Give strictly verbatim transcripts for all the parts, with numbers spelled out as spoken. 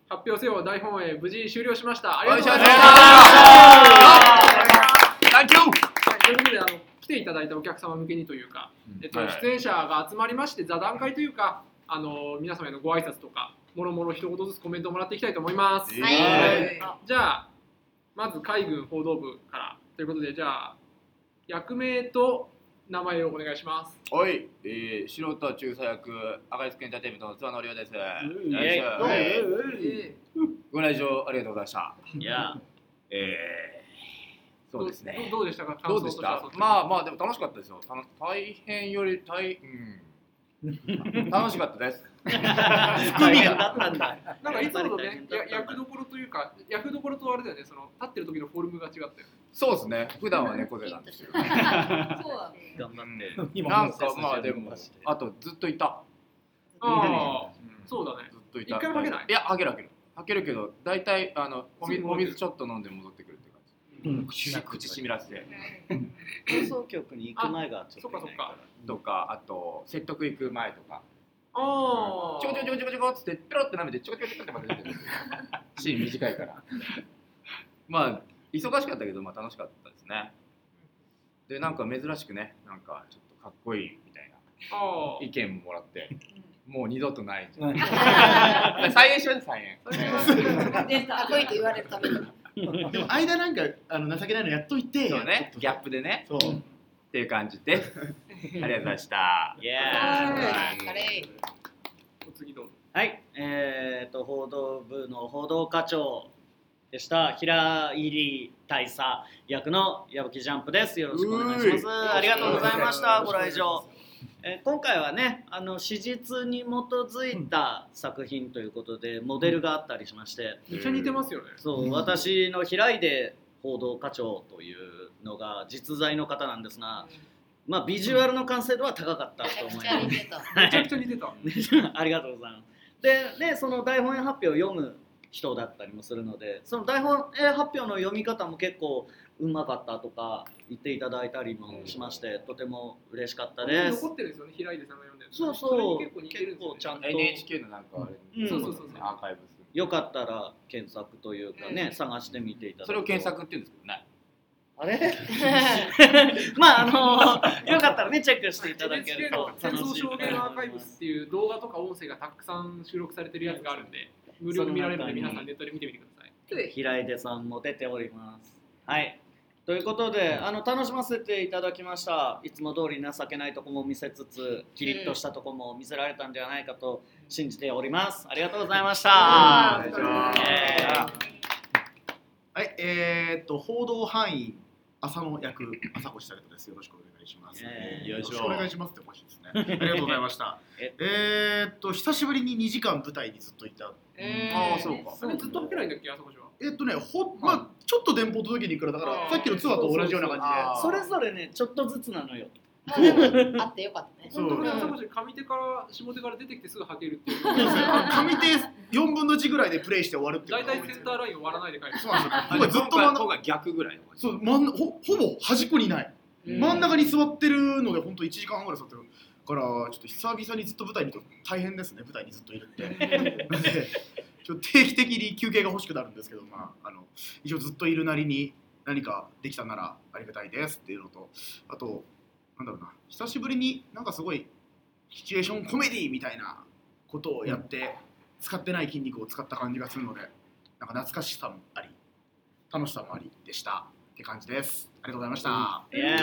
発表せよ大本営無事終了しました。ありがとうございました。 サンキュー。 ということであの来ていただいたお客様向けにというか、えっと、出演者が集まりまして座談会というか、あの皆様へのご挨拶とかもろもろ一言ずつコメントをもらっていきたいと思います。 はい、 じゃあまず海軍報道部からということで、じゃあ役名と名前をお願いします。 はい、えー、素人中佐役アガリスクエンターテインメントの津和のりょうです。ご来場ありがとうございました。 いや、 えー、そうですね。 どうでしたか？ どうでした？まあまあでも楽しかったですよ。た大変より大、うん、楽しかったです。 含みがだったんだ。 なんかいつものね、役どころというか、役どころとあれだよね、その立ってる時のフォルムが違ったよ。 そうですね。普段は猫背なんですよ。 そうだね。 頑張って。 なんかまあでも、あとずっといた。 ああ、そうだね。 ずっといた。 一回もはけない？ いや、はけるはける。はけるけど、大体あのお水お水ちょっと飲んで戻ってくるって感じ。うん、口口しみらせて。 放送局に行く前がちょっと。 そっかそっか。 とか、あと説得行く前とか。 ああ。 ちょこちょこちょこちょこちょこってペロって舐めてちょこちょこちょこってまで出てる。シーン短いから。まあ忙しかったけど、まあ楽しかったですね。で、なんか珍しくね、なんかちょっとかっこいいみたいな意見ももらって、もう二度とない。再演しました、再演。 かっこいいと言われるために。 でも間なんかあの情けないのやっといて、 そうね、ギャップでね。 そう。 っていう感じです。ありがとうございました。 イエーイ。 次どうぞ。 はい、えっと報道部の報道課長でした平入大佐役の矢吹ジャンプです。よろしくお願いします。ありがとうございました。ご来場。えー、今回はね、あの史実に基づいた作品ということでモデルがあったりしまして、 めっちゃ似てますよね。 そう、私の平出報道課長というのが実在の方なんですが、まあビジュアルの完成度は高かったと思います。 めちゃくちゃ似てた。 ありがとうございます。でね、その台本絵発表を読む人だったりもするので、その台本絵発表の読み方も結構うまかったとか言っていただいたりもしまして、とても嬉しかったです。 残ってるんですよね、平出さんが読んでる。 そうそう、 結構似てるんですよね。 ちゃんとエヌエイチケー のなんかあれ、 そうそうそうアーカイブス。 よかったら検索というかね、探してみていただくと。 それを検索って言うんですけどね。 あれまああのよかったらねチェックしていただけると戦争証言アーカイブスっていう動画とか音声がたくさん収録されてるやつがあるんで、無料で見られるので皆さんネットで見てみてください。 平出さんも出ております。はい。ということで、あの楽しませていただきました。いつも通り情けないとこも見せつつ、キリッとしたとこも見せられたんではないかと信じております。ありがとうございました。 はい、えー、っと報道範囲浅野役浅越タレトです。よろしくお願いします。 えー、 よろしくお願いしますって欲しいですね。ありがとうございました。えーっと久しぶりににじかん舞台にずっといた。 えー、 ああ、そうか。 それずっとはけないんだっけ、浅越は。 えっとね、ほまあちょっと電報届けに行くからだからさっきのツアーと同じような感じで。 それぞれねちょっとずつなのよ。 まあでもあってよかったね。 本当に浅越上手から下手から出てきてすぐはけるっていう。 上手よんぶんのいちぐらいでプレイして終わるっていう。 大体センターライン終わらないで帰る。 そうなんですよね。 ずっと真ん中が逆ぐらい。 そう、真んほほぼ端っこにいない。真ん中に座ってるので本当いちじかんはんぐらい座ってるからちょっと久々にずっと舞台にいると大変ですね。舞台にずっといるって。ちょっと定期的に休憩が欲しくなるんですけど、まああの一応ずっといるなりに何かできたならありがたいですっていうのと、あとなんだろうな、久しぶりになんかすごいシチュエーションコメディみたいなことをやって、使ってない筋肉を使った感じがするので、なんか懐かしさもあり楽しさもありでしたって感じです。ありがとうございました。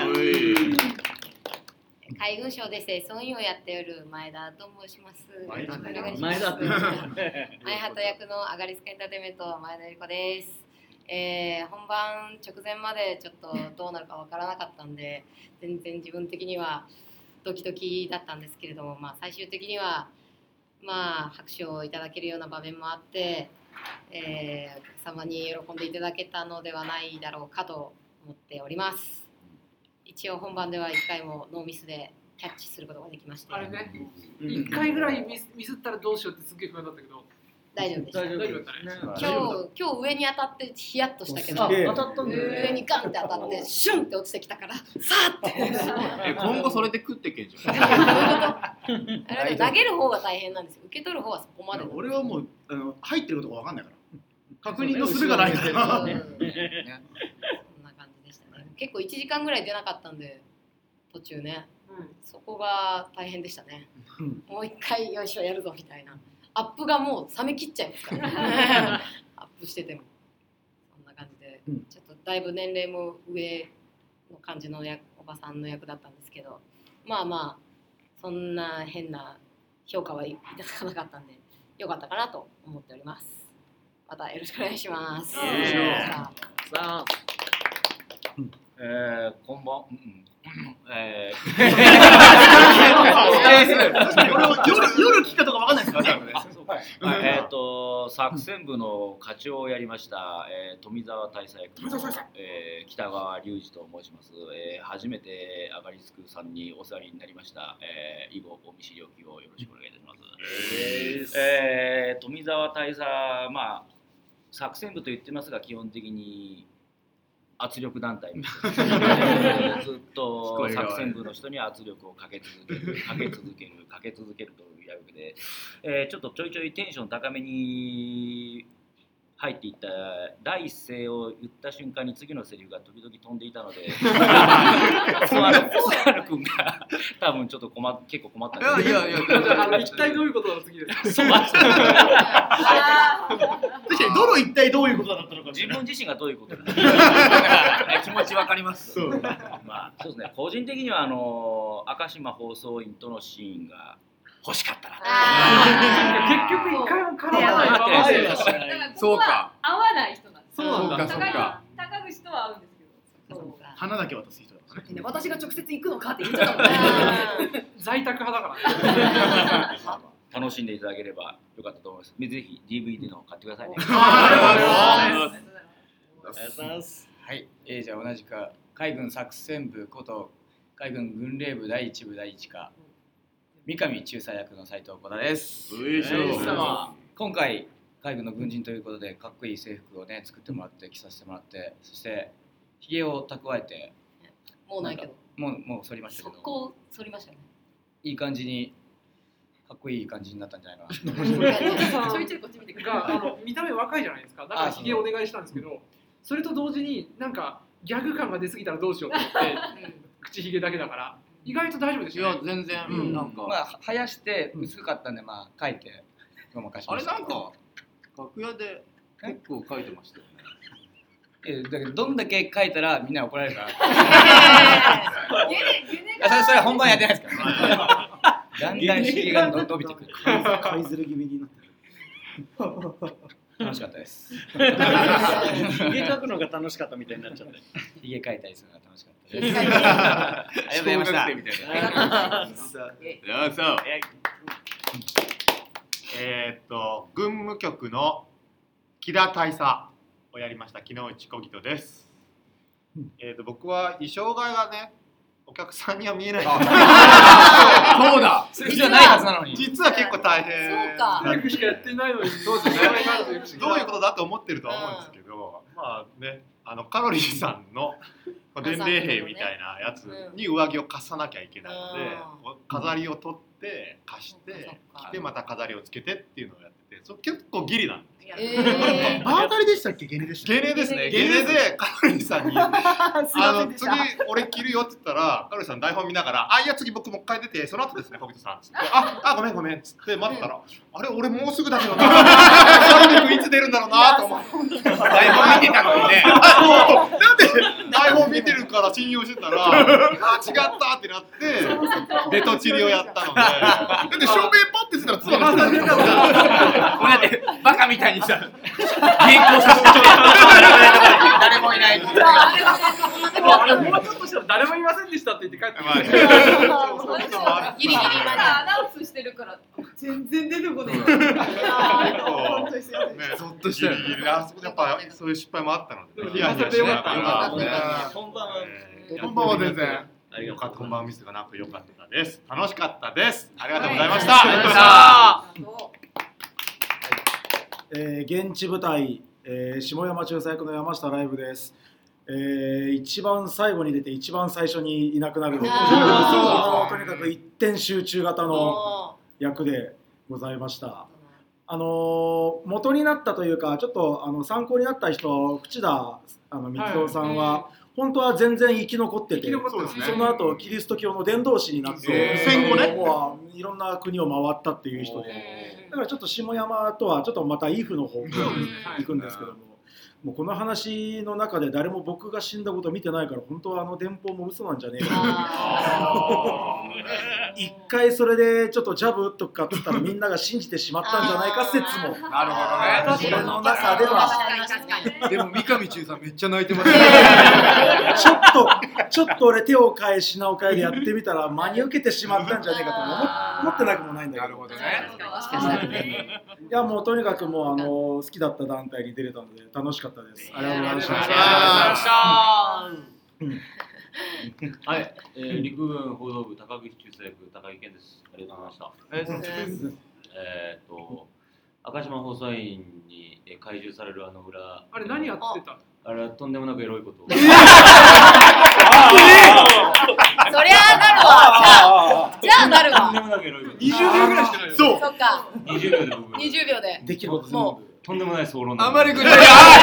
海軍省で清掃員をやっておる前田と申します。 前田前田って前畑役のアガリスクエンターテインメント前田由里子です。えー、本番直前までちょっとどうなるかわからなかったんで、全然自分的にはドキドキだったんですけれども、まあ、最終的には、まあ、拍手をいただけるような場面もあって、えー、お客様に喜んでいただけたのではないだろうかと思っております。一応本番ではいっかいもノーミスでキャッチすることができまして、 あれね、いっかいぐらいミス、ミスったらどうしようってすっげえ不安だったけど、 大丈夫でした。 大丈夫大丈夫だったね。 今日今日上に当たってヒヤッとしたけど、 あ当たったんだよ上にガンって当たってシュンって落ちてきたからさーってえ今後それで食ってけんじゃん。 あれで投げる方が大変なんですよ。受け取る方はそこまでなんです。 俺はもうあの入ってることが分かんないから確認のするがないからうんそんな感じでしたね。結構いちじかんぐらい出なかったんで途中ね、そこが大変でしたね。もう一回よいしょやるぞみたいな。アップがもう冷めきっちゃいますからアップしててもそんな感じで、うん、ちょっとだいぶ年齢も上の感じの役おばさんの役だったんですけど、まあまあそんな変な評価はいただかなかったんでよかったかなと思っております。またよろしくお願いします。 さあ、 えー、こんばん、うんえー、 夜夜聞くとかわかんないですかね。 えっと作戦部の課長をやりました、えー、富澤大佐役の、えー、北川隆二と申します。えー、初めてアガリスクさんにお世話になりました、えー、以後お見知りおきをよろしくお願いいたします。えー、富澤大佐、まあ作戦部と言ってますが基本的に圧力団体みたいなずっと作戦部の人に圧力をかけ続けるかけ続けるかけ続けるという役で、えー、ちょっとちょいちょいテンション高めに入っていった第一声を言った瞬間に次のセリフが時々飛んでいたのでスワル君が多分ちょっと困っ結構困ったんです。 いやいやいやあの一体どういうことの次ですか。 確かにどの一体どういうことだったのか自分自身がどういうことなのか気持ちわかります。そう、まあそうですね。個人的にはあの赤島放送員とのシーンが欲しかったな。 結局一回も絡まないままで。 そうか。合わない人なんです。 そうなんだ。 高口とは合うんですけど。 花だけ渡す人だからね。 私が直接行くのかって言っちゃったもんね。 在宅派だからね。 楽しんでいただければよかったと思います。ぜひ ディーブイディー の方買ってくださいね。 ありがとうございます。はい、えー、じゃあ同じく海軍作戦部こと海軍軍令部第一部第一課三上中佐役の斉藤小田です。今回海軍の軍人ということでかっこいい制服をね作ってもらって着させてもらって、そしてひげを蓄えてもうないけどもうもう剃りましたけど、 そこ剃りましたね。 いい感じにかっこいい感じになったんじゃないかな。ちょいちょいこっち見てくれ。 があの見た目若いじゃないですか。だからひげお願いしたんですけど、それと同時になんかギャグ感が出過ぎたらどうしようと思って口ひげだけだから意外と大丈夫でしたね。 いや全然、うん、なんかまあ生やして薄かったんでまあ描いてごまかしました。 あれなんか楽屋で結構描いてましたよね。 えだけどどんだけ描いたらみんな怒られるから。 それそれ本番やってないですからね。だんだんひげが伸びてくる。 買いずれ気味になってる。楽しかったです。 ひげ描くのが楽しかったみたいになっちゃって。 ひげ描いたりするのが楽しかったです。ありがとうございました。 みたいな。そう。 えっと軍務局の木田大佐をやりました木之内小木戸です。えっと僕は衣装替えがね。お客さんには見えない。そうだ。実はないはずなのに。 実は結構大変。 そうか。 役しかやってないのに。 そうですね。どういうことだと思ってるとは思うんですけど、まあね、あのカロリーさんの伝令兵みたいなやつに上着を貸さなきゃいけないので、飾りを取って貸して着てまた飾りをつけてっていうのをやってて、それ結構ギリなんです。 えー、場当たりでしたっけ？ゲネでしたっけ？ ゲネですね。ゲネでカロリーさんにあの次俺着るよって言ったらカロリーさん台本見ながらあいや次僕もう一回出てその後ですね小木戸さんっつってああごめんごめんっつって待ったらあれ俺もうすぐだけどなカロリー君いつ出るんだろうなと思って台本見てたのにねなんで台本見てるから信用してたらあ違ったってなってベトチリをやったのでだって照明パッてしたら次の人だったこれだってバカみたいにさ原稿させて誰もいないあれもうちょっとしたら誰もいませんでしたって言って帰ってまいギリギリまでアナウンスしてるから全然出てこないそっとしたよねあそこでやっぱそういう失敗もあったのでヒヤヒヤしながら本番は本番は全然よかった本番ミスがなく良かったです楽しかったですありがとうございましたえー、現地舞台、えー、下山中佐役の山下ライブです。えー、一番最後に出て一番最初にいなくなるとにかく一点集中型の役でございました。あのー、元になったというかちょっとあの参考になった人、淵田あの光雄さんは、はい、本当は全然生き残ってて、その後キリスト教の伝道師になって、えー、戦後ねもういろんな国を回ったっていう人で、だからちょっと下山とはちょっとまたイフの方向に行くんですけども、もうこの話の中で誰も僕が死んだこと見てないから本当はあの電報も嘘なんじゃねえか一回それでちょっとジャブ打っとくかっつったらみんなが信じてしまったんじゃないか説もなるほどね。 それの中ではでも三上中さんめっちゃ泣いてますちょっとちょっと俺手を変え品を変えでやってみたら真に受けてしまったんじゃねえかと思ってなくもないんだけど。なるほどね。いやもうとにかくもうあの好きだった団体に出れたので楽しかったです。ありがとうございました。 はい、えー、陸軍報道部高木中佐役高木健です。ありがとうございました。えっと赤島放送委員に懐柔されるあの裏、 あれ何やってた？ あれはとんでもなくエロいことを。 そりゃなるわ。じゃあじゃあなるわ。 とんでもなくエロいこと。 にじゅうびょうぐらいしかないよ。 そう。そっか。 にじゅうびょうで僕。 にじゅうびょうで。 できることもう。 とんでもない総論。 あまりぐらい。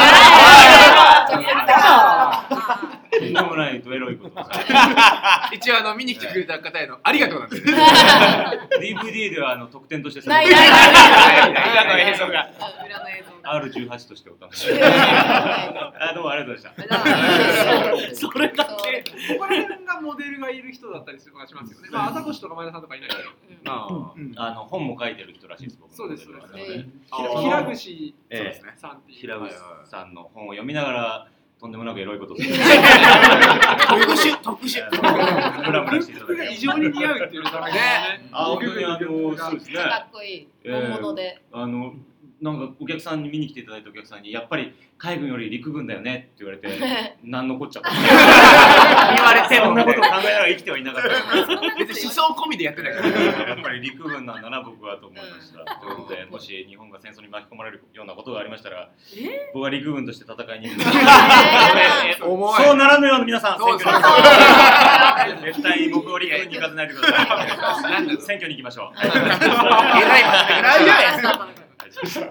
とんでもないとエロいこと。 一応あの見に来てくれた方へのありがとうなんです。ディーブイディー ではあの特典としてないないない裏の映像が。 アールじゅうはち としてお楽しみ。あどうもありがとうございました。それだけ。ここら辺がモデルがいる人だったりしますよね。まあ朝越とか前田さんとかいないけど。 あの本も書いてる人らしいです。 そうですそうです。平口さんっていう平口さんの本を読みながら。とんでもなくエロいことをする。 特殊特殊。 ムラムラしていただいて。 異常に似合うっていうだけでね。 あ本当にあのそうですね。 かっこいい。本物で。 あのなんかお客さんに見に来ていただいたお客さんにやっぱり海軍より陸軍だよねって言われて何のこっちゃった。 言われてそんなこと考えながら生きてはいなかった。 別に思想込みでやってないから。 やっぱり陸軍なんだな僕はと思いました。ということでもし日本が戦争に巻き込まれるようなことがありましたら僕は陸軍として戦いに行く。そうならぬように皆さん選挙に絶対僕を陸軍に行かせないでください。選挙に行きましょう。 偉いよいしょ。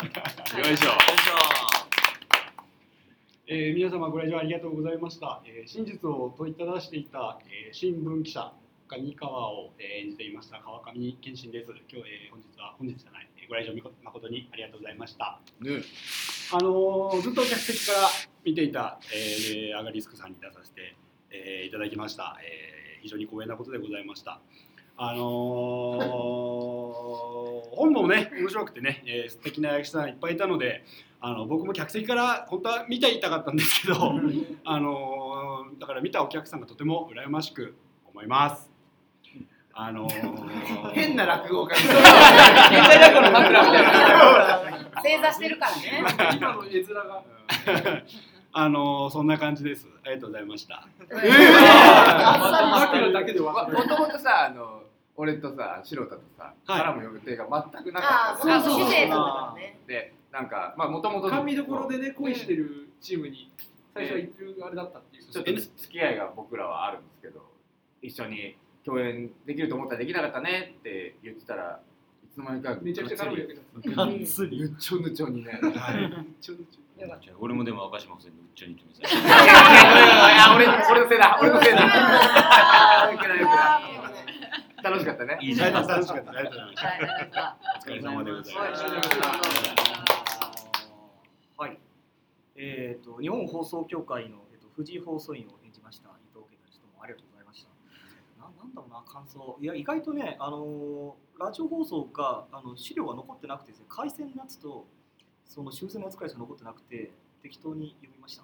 えー、皆様ご来場ありがとうございました。えー、真実を問いただしていた、えー、新聞記者上川を、えー、演じていました川上健信です。今日、えー、本日は本日じゃない、えー、ご来場誠にありがとうございました。ね、あのー、ずっと客席から見ていた、えー、アガリスクさんに出させて、えー、いただきました、えー。非常に光栄なことでございました。あのー、本もね面白くてね、えー、素敵な役者さんいっぱいいたので、あの僕も客席から本当は見ていたかったんですけどあのー、だから見たお客さんがとても羨ましく思います。あのー、 変な落語家正座してるからね。 今の絵面があのー、そんな感じです。ありがとうございました。 えー、もともとさ、あの俺とさ、白田とさ、絡む予定が全くなかった。 そうそうそう。 で、なんかまあもともと甘味どころでね恋してるチームに最初は行くあれだったっていう。 ちょっと付き合いが僕らはあるんですけど、一緒に共演できると思ったらできなかったねって言ってたら。いつの間にかめちゃくちゃ絡む役だった。 ぬっちょぬちょにね。 俺もでも赤島さんにぬっちょにちょにさ。 俺のせいだ。俺のせいだ。楽しかったね。 いいじゃん。楽しかった。ありがとうございました。 お疲れ様でございました。 はい。えっと日本放送協会のえっと藤井放送員を演じました伊藤健太です。どうもありがとうございました。ななんだろうな感想。いや意外とねあのラジオ放送があの資料が残ってなくてですね、回線のやつとその修正のやつくらいしか残ってなくて適当に読みました。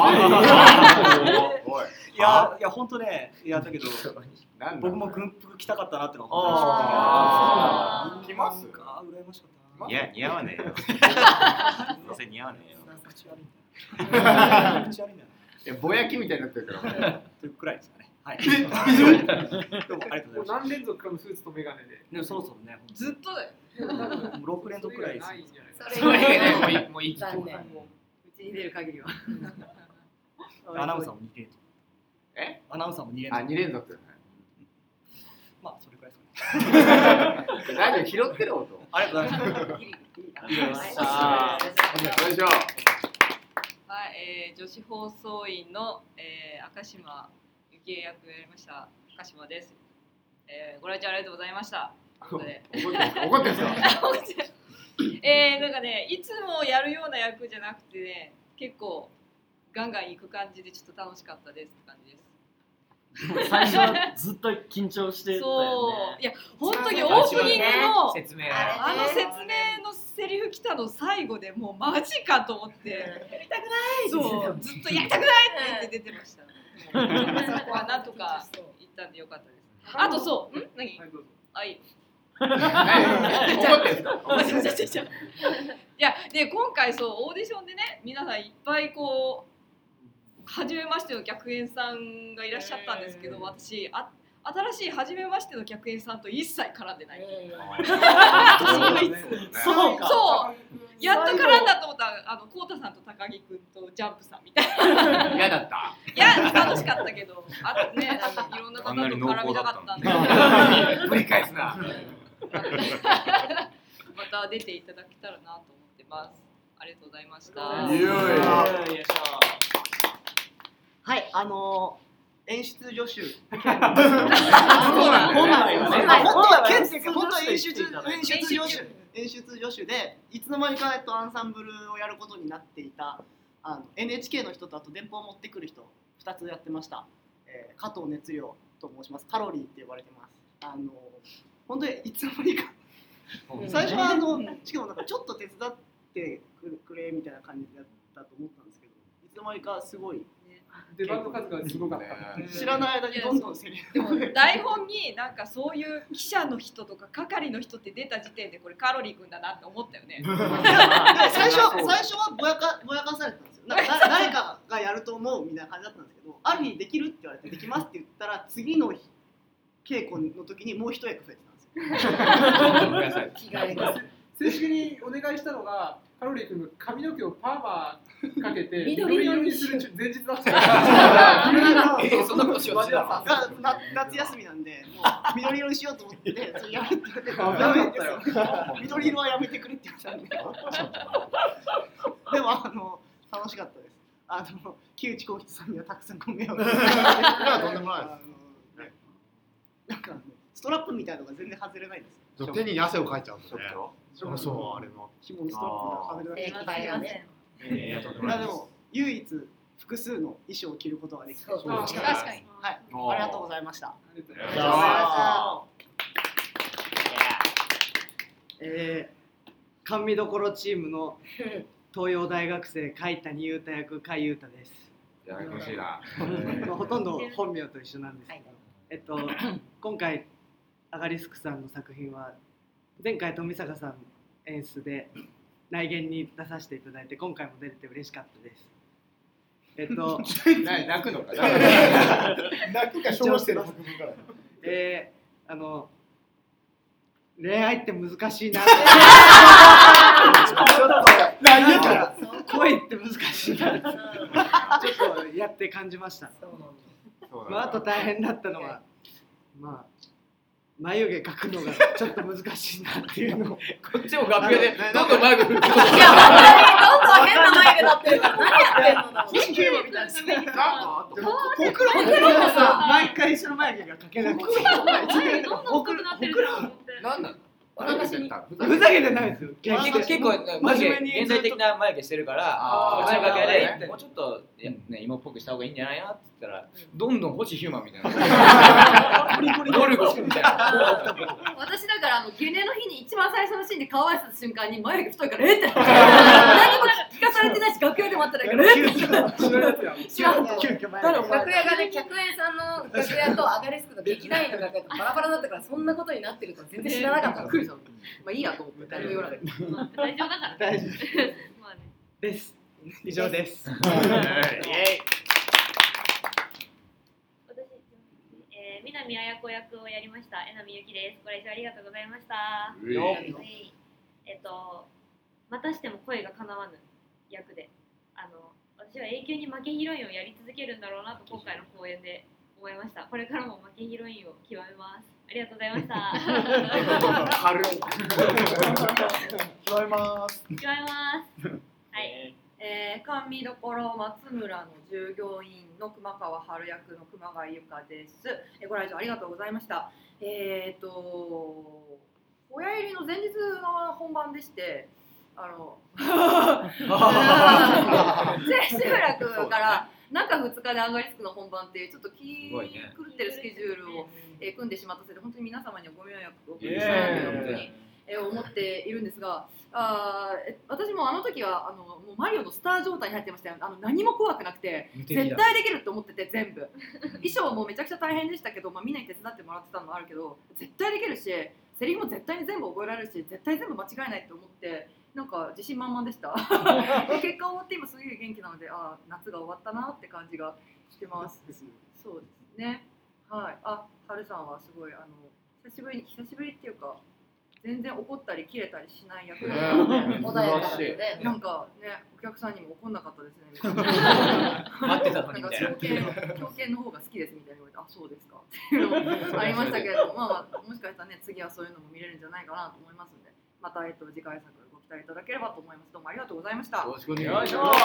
いやいや本当ねいやだけど僕も軍服着たかったなってのは本当に。着ます？ あ羨ましかったな。 いや似合わねえよ。どうせ似合わねえよ。 口悪いんだよ。口悪いんだよ。 いやぼやきみたいになってるから。 というくらいですかね。 はい。 どうもありがとうございました。 何連続かのスーツとメガネで。 でもそろそろね、 ずっとだよ。 ろく連続くらいです。 ないんじゃないですか。 それねもういもういい残念。 うちに出る限りは。 アナウンサーもに連続。 え？ アナウンサーもに連あ、 続。 に連続。 まあそれくらいですかね。 何拾ってる音？ ありがとうございます。 さあ、よいしょ。 はい、えー、女子放送員の、えー、赤島幸恵役をやりました赤島です。えー、ご来場ありがとうございました。 怒って怒ってんすか？ えー、なんかね、いつもやるような役じゃなくてね、結構ガンガン行く感じでちょっと楽しかったですって感じです。 最初はずっと緊張してたよね。 そう、いや本当にオープニングの説明あの説明のセリフ来たの最後でもうマジかと思ってやりたくないそうずっとやりたくないって言って出てました。そこはなんとか言ったんでよかったです。あとそう、ん何？あいい。怒ってんすか？ いやで今回そうオーディションでね皆さんいっぱいこう初めましての客演さんがいらっしゃったんですけど、私あ新しい初めましての客演さんと一切絡んでない。 そうか。 そうやっと絡んだと思ったらあのコウタさんと高木くんとジャンプさんみたいな。 嫌だった？ いや楽しかったけど、あとねいろんな方と絡みたかったんで。 繰り返すな。 また出ていただけたらなと思ってます。ありがとうございました。 はい、あのー、演出助手。 本来はね。 本当は演出演出助手演出助手でいつの間にかえっとアンサンブルをやることになっていたあの エヌエイチケー の人とあと電報を持ってくる人ふたつやってました。えー、加藤熱量と申します。カロリーって呼ばれてます。あのー、本当にいつの間にか最初はあのしかもなんかちょっと手伝ってくれみたいな感じだったと思ったんですけど、いつの間にかすごい。 出番の数がすごかった。 知らない間にどんどんセリフ。 でも台本になんかそういう記者の人とか係の人って出た時点でこれカロリー君だなって思ったよね。 最初最初はぼやかぼやかされてたんですよ。なんか誰かがやると思うみたいな感じだったんですけど、ある日できるって言われてできますって言ったら次の稽古の時にもう一役増えてたんですよ。 着替えが正式にお願いしたのがカロリー君が髪の毛をパーマかけて緑色にする前日だった。 えそんなことしようとしたの？ 夏休みなんでもう緑色にしようと思ってそれやめてくれってやめてよ。緑色はやめてくれって言ってたんで。でもあの楽しかったです。あの木内幸吉さんにはたくさんご迷惑をかけて。 とんでもないです。 なんかストラップみたいなのが全然外れないです。 手に汗をかいちゃうんですね。 そうそうあれの紐のストラップが外れない。 いません。 えー、でも唯一複数の衣装を着ることができて確かにはいありがとうございました。 ありがとうございました。えー、甘味どころチームの東洋大学生海谷優太役海優太です。 ややこしいな。 ほとんど本名と一緒なんですけど、えっと今回アガリスクさんの作品は前回富坂さん演出で内言に出させていただいて今回も出れて嬉しかったです。えっと泣くのかな。 泣くか消耗してる作文から。 えー、あの恋愛って難しいな。恋って難しいな。ちょっとやって感じました。まああと大変だったのはまあ。眉毛描くのがちょっと難しいなっていうのをこっちも楽屋でどんどん眉毛振る。いや、 どんどん変な眉毛なってるから何やってんのだろう。 星球みたいな。ほくろもさ毎回一緒の眉毛が描けなくて。 どんどん太くなってると思って。 なんなの？ ふざけてないですよ。 結構結構マジで現代的な眉毛してるからうちの楽屋でもうちょっとね芋っぽくした方がいいんじゃないなって言ったらどんどん星ヒューマンみたいなゴルゴみたいな。 私だからあのゲネの日に一番最初のシーンで顔合わせた瞬間に眉毛太いからえって何も聞かされてないし楽屋で待ってないからえって知らんと楽屋がね客演さんの楽屋とアガリスクの劇団員の楽屋とバラバラだったからそんなことになってると全然知らなかったの。来るぞ。まあいいやと思って誰も言わない。 大丈夫だから。 大丈夫です。以上です。 南綾子役をやりました榎並ゆきです。ご来場ありがとうございました。はい、えっとまたしても恋が叶わぬ役で、あの私は永久に負けヒロインをやり続けるんだろうなと今回の公演で思いました。これからも負けヒロインを極めます。ありがとうございました。 軽い。極めます。 極めます。はい。 えー、甘味どころ松村の従業員の熊川春役の熊谷由香です。えー、ご来場ありがとうございました。えー、っと親入りの前日の本番でして、あの千秋楽から中ふつかでアガリスクの本番っていうちょっと気狂ってるスケジュールを、えー、組んでしまったせいで本当に皆様にはご迷惑をおかけしたなというふうに、えー、思っているんですが、あ私もあの時はあのもうマリオのスター状態に入ってましたよ。あの何も怖くなくて絶対できると思ってて、全部衣装もめちゃくちゃ大変でしたけど、まあ、みんなに手伝ってもらってたのもあるけど絶対できるし、セリフも絶対に全部覚えられるし絶対全部間違えないと思ってなんか自信満々でした結果終わって今すごい元気なので、あ夏が終わったなって感じがしてます。そうですね。はい。あ、はるさんはすごいあの久しぶりに久しぶりっていうか全然怒ったり切れたりしない役なので、 穏やかでなんかねお客さんにも怒んなかったですねみたいな。待ってたのにみたいな。 狂犬狂犬の方が好きですみたいに言われて、あそうですかっていうのもありましたけど、まあもしかしたらね次はそういうのも見れるんじゃないかなと思いますので、またえっと次回作ご期待いただければと思います。どうもありがとうございました。 よろしくお願いします。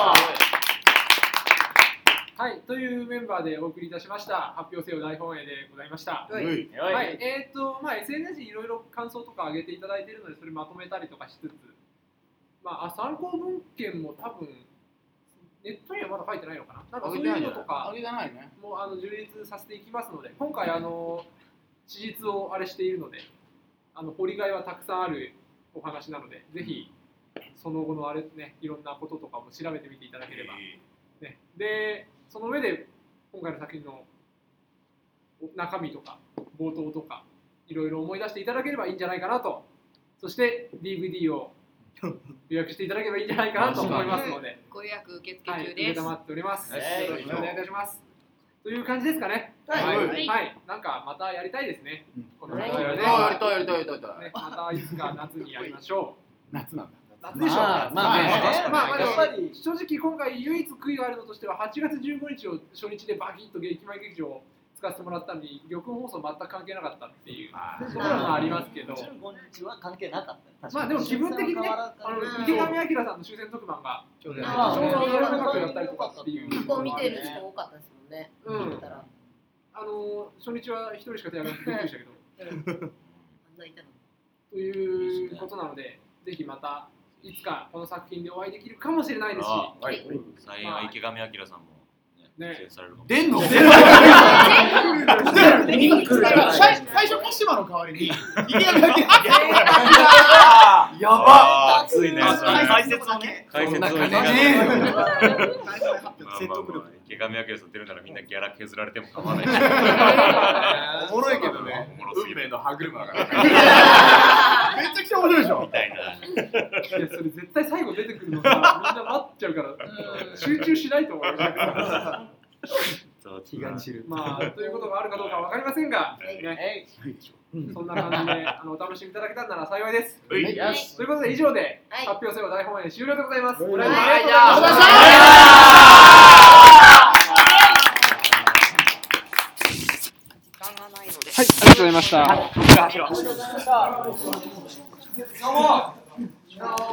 はい、というメンバーでお送りいたしました発表せよ大本営でございました。 はい、 はい、えっ、ー、とまあ エスエヌエス にいろいろ感想とか上げていただいているのでそれまとめたりとかしつつ、まああ参考文献も多分ネットにはまだ書いてないのかな。なんかそういうのとかもうあの充実させていきますので、今回あの史実をあれしているので、あの掘りがいはたくさんあるお話なので、ぜひその後のあれねいろんなこととかも調べてみていただければ、ね、でその上で今回の作品の中身とか冒頭とかいろいろ思い出していただければいいんじゃないかなと、そして ディーブイディー を予約していただければいいんじゃないかなと思いますので、 ご予約受付中です。 はい、承っております。よろしくお願いいたします。という感じですかね。はい、 はいはいはい、なんかまたやりたいですね。うん、この話はね。 やりたいやりたいやりたい。 ね、またいつか夏にやりましょう。夏なんだ。 夏でしょう。まあまあね。まあやっぱり正直今回唯一悔いがあるのとしてははちがつじゅうごにちを初日でバキッと駅前劇場を使わせてもらったのに玉音放送全く関係なかったっていうところはありますけど。 じゅうごにちは関係なかった。 まあでも気分的にね、あの池上彰さんの終戦特番がちょうどやらなくやったりとかっていう。 ここ見てる人多かったですもんね。 うん。あの初日は一人しか手挙げなくてびっくりしたけど。ということなので、ぜひまたいつかこの作品でお会いできるかもしれないですし、 はい、再演は池上彰さんもね出演されるかも。 出んの？最初鹿島の代わりに池上彰やば。 熱いね。 解説をね。 解説をね。 説得力。 池上彰さん出るならみんなギャラ削られても構わない。 おもろいけどね。運命の歯車が。めちゃくちゃ面白いでしょ。 みたいな。 いやそれ絶対最後出てくるのさ、みんな待っちゃうから集中しないと思う。 気が散る。 まあということがあるかどうかわかりませんが、ね、そんな感じであのお楽しみいただけたなら幸いです。ということで以上で発表せよ大本営終了でございます。ありがとうございました。はい、ありがとうございました。